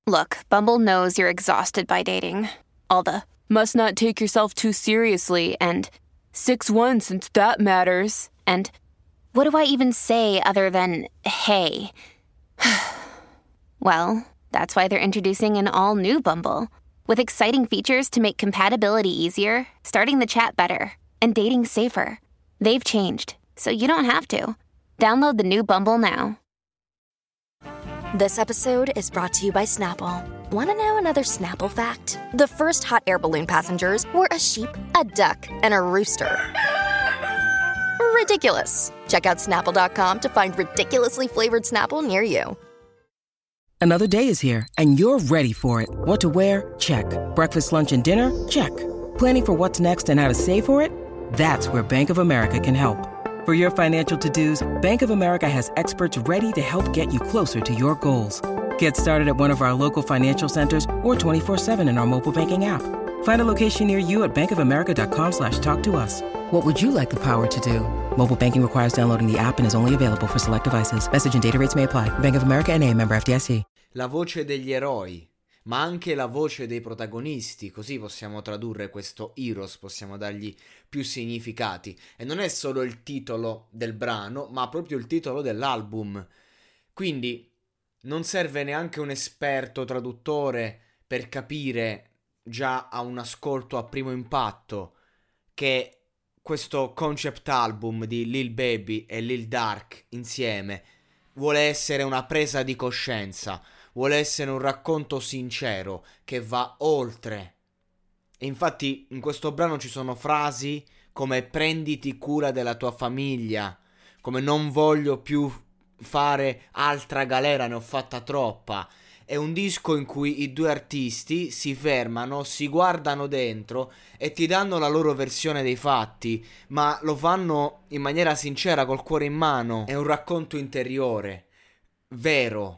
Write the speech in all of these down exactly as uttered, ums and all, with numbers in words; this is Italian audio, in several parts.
Look, Bumble knows you're exhausted by dating. All the must not take yourself too seriously and six one since that matters. And what do I even say other than hey? Well, that's why they're introducing an all-new Bumble with exciting features to make compatibility easier, starting the chat better, and dating safer. They've changed, so you don't have to. Download the new Bumble now. This episode is brought to you by Snapple. Want to know another Snapple fact? The first hot air balloon passengers were a sheep, a duck, and a rooster. Ridiculous. Check out snapple dot com to find ridiculously flavored Snapple near you. Another day is here, and you're ready for it. What to wear? Check. Breakfast, lunch, and dinner? Check. Planning for what's next and how to save for it? That's where Bank of America can help. For your financial to-dos, Bank of America has experts ready to help get you closer to your goals. Get started at one of our local financial centers or twenty-four seven in our mobile banking app. Find a location near you at bankofamerica.com slash talk to us. What would you like the power to do? Mobile banking requires downloading the app and is only available for select devices. Message and data rates may apply. Bank of America N A, member F D I C. La voce degli eroi, ma anche la voce dei protagonisti, così possiamo tradurre questo Heroes, possiamo dargli più significati. E non è solo il titolo del brano, ma proprio il titolo dell'album. Quindi non serve neanche un esperto traduttore per capire già a un ascolto a primo impatto che questo concept album di Lil Baby e Lil Durk insieme vuole essere una presa di coscienza, vuole essere un racconto sincero che va oltre. E infatti in questo brano ci sono frasi come prenditi cura della tua famiglia, come non voglio più fare altra galera, ne ho fatta troppa. È un disco in cui i due artisti si fermano, si guardano dentro e ti danno la loro versione dei fatti, ma lo fanno in maniera sincera, col cuore in mano. È un racconto interiore, vero,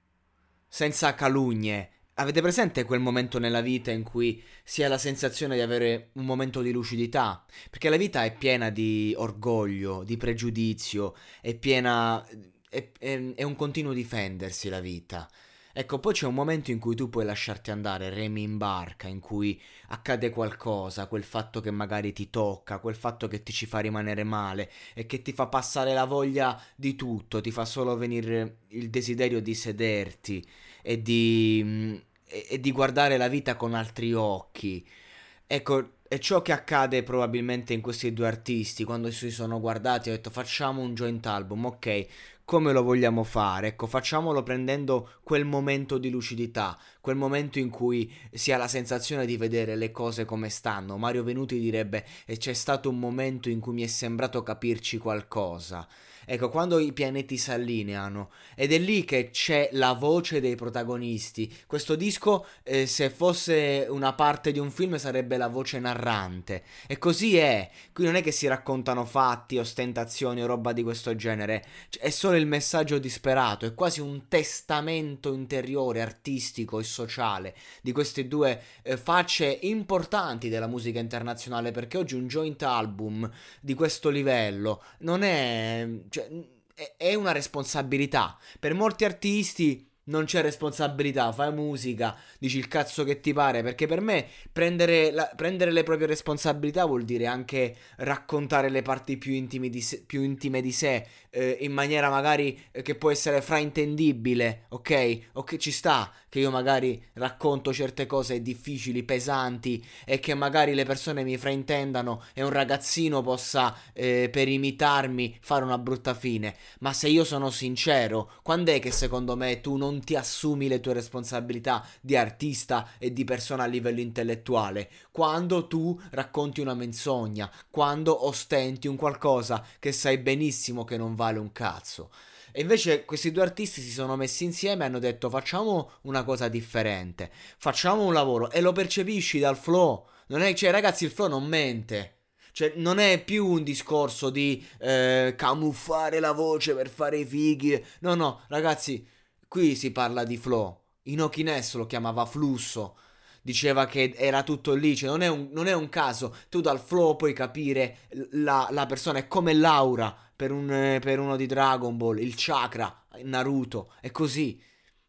senza calunnie. Avete presente quel momento nella vita in cui si ha la sensazione di avere un momento di lucidità? Perché la vita è piena di orgoglio, di pregiudizio, è piena... è, è, è un continuo difendersi la vita. Ecco, poi c'è un momento in cui tu puoi lasciarti andare, remi in barca, in cui accade qualcosa, quel fatto che magari ti tocca, quel fatto che ti ci fa rimanere male e che ti fa passare la voglia di tutto, ti fa solo venire il desiderio di sederti e di, e, e di guardare la vita con altri occhi. Ecco, è ciò che accade probabilmente in questi due artisti, quando si sono guardati e hanno detto facciamo un joint album, ok, come lo vogliamo fare? Ecco, facciamolo prendendo quel momento di lucidità, quel momento in cui si ha la sensazione di vedere le cose come stanno. Mario Venuti direbbe, e c'è stato un momento in cui mi è sembrato capirci qualcosa. Ecco, quando i pianeti si allineano, ed è lì che c'è la voce dei protagonisti. Questo disco, eh, se fosse una parte di un film, sarebbe la voce narrante. E così è. Qui non è che si raccontano fatti, ostentazioni o roba di questo genere. È solo il messaggio disperato, è quasi un testamento interiore, artistico e sociale di queste due eh, facce importanti della musica internazionale, perché oggi un joint album di questo livello non è... cioè, è una responsabilità. Per molti artisti non c'è responsabilità, fai musica, dici il cazzo che ti pare, perché per me prendere, la, prendere le proprie responsabilità vuol dire anche raccontare le parti più, intimi di se, più intime di sé, eh, in maniera magari eh, che può essere fraintendibile, ok? Ok, ci sta che io magari racconto certe cose difficili, pesanti, e che magari le persone mi fraintendano e un ragazzino possa eh, per imitarmi fare una brutta fine, ma se io sono sincero, quando è che secondo me tu non ti assumi le tue responsabilità di artista e di persona a livello intellettuale? Quando tu racconti una menzogna, quando ostenti un qualcosa che sai benissimo che non vale un cazzo. E invece questi due artisti si sono messi insieme e hanno detto facciamo una cosa differente, facciamo un lavoro, e lo percepisci dal flow. Non è, cioè ragazzi, il flow non mente. Cioè non è più un discorso di eh, camuffare la voce per fare i fighi. No, no, ragazzi, qui si parla di flow. Inoki Ness lo chiamava flusso. Diceva che era tutto lì, cioè non è un, non è un caso. Tu dal flow puoi capire la, la persona. È come Laura per, un, per uno di Dragon Ball, il chakra, Naruto, è così.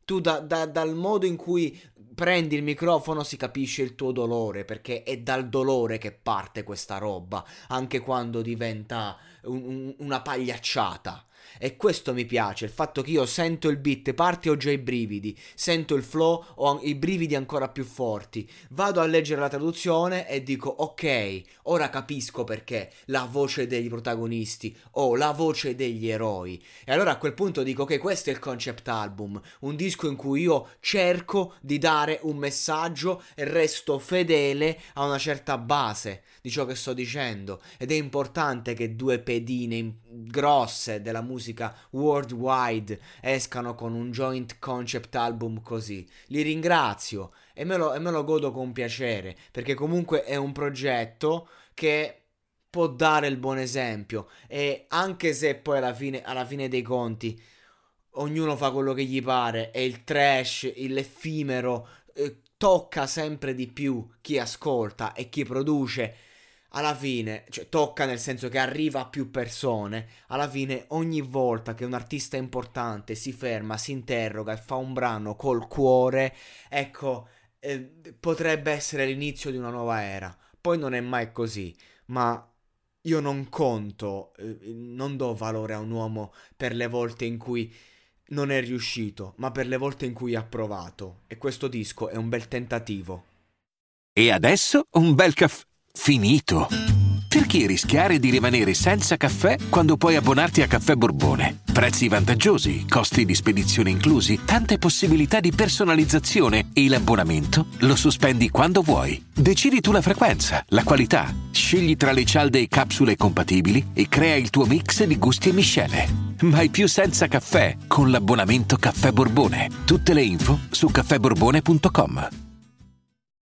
tu da, da, dal modo in cui prendi il microfono si capisce il tuo dolore, perché è dal dolore che parte questa roba, anche quando diventa un, un, una pagliacciata. E questo mi piace, il fatto che io sento il beat, parti ho già i brividi, sento il flow, ho i brividi ancora più forti, vado a leggere la traduzione e dico ok, ora capisco perché la voce degli protagonisti o la voce degli eroi. E allora a quel punto dico ok, questo è il concept album, un disco in cui io cerco di dare un messaggio e resto fedele a una certa base di ciò che sto dicendo, ed è importante che due pedine grosse della musica worldwide escano con un joint concept album così. Li ringrazio e me lo, e me lo godo con piacere, perché comunque è un progetto che può dare il buon esempio, e anche se poi alla fine, alla fine dei conti ognuno fa quello che gli pare e il trash, l'effimero eh, tocca sempre di più chi ascolta e chi produce, alla fine, cioè tocca nel senso che arriva a più persone, alla fine ogni volta che un artista importante si ferma, si interroga e fa un brano col cuore, ecco, eh, potrebbe essere l'inizio di una nuova era. Poi non è mai così, ma io non conto, eh, non do valore a un uomo per le volte in cui non è riuscito, ma per le volte in cui ha provato, e questo disco è un bel tentativo. E adesso un bel caffè finito. Perché rischiare di rimanere senza caffè quando puoi abbonarti a Caffè Borbone? Prezzi vantaggiosi, costi di spedizione inclusi, tante possibilità di personalizzazione e l'abbonamento lo sospendi quando vuoi. Decidi tu la frequenza, la qualità, scegli tra le cialde e capsule compatibili e crea il tuo mix di gusti e miscele. Mai più senza caffè con l'abbonamento Caffè Borbone. Tutte le info su caffè borbone punto com.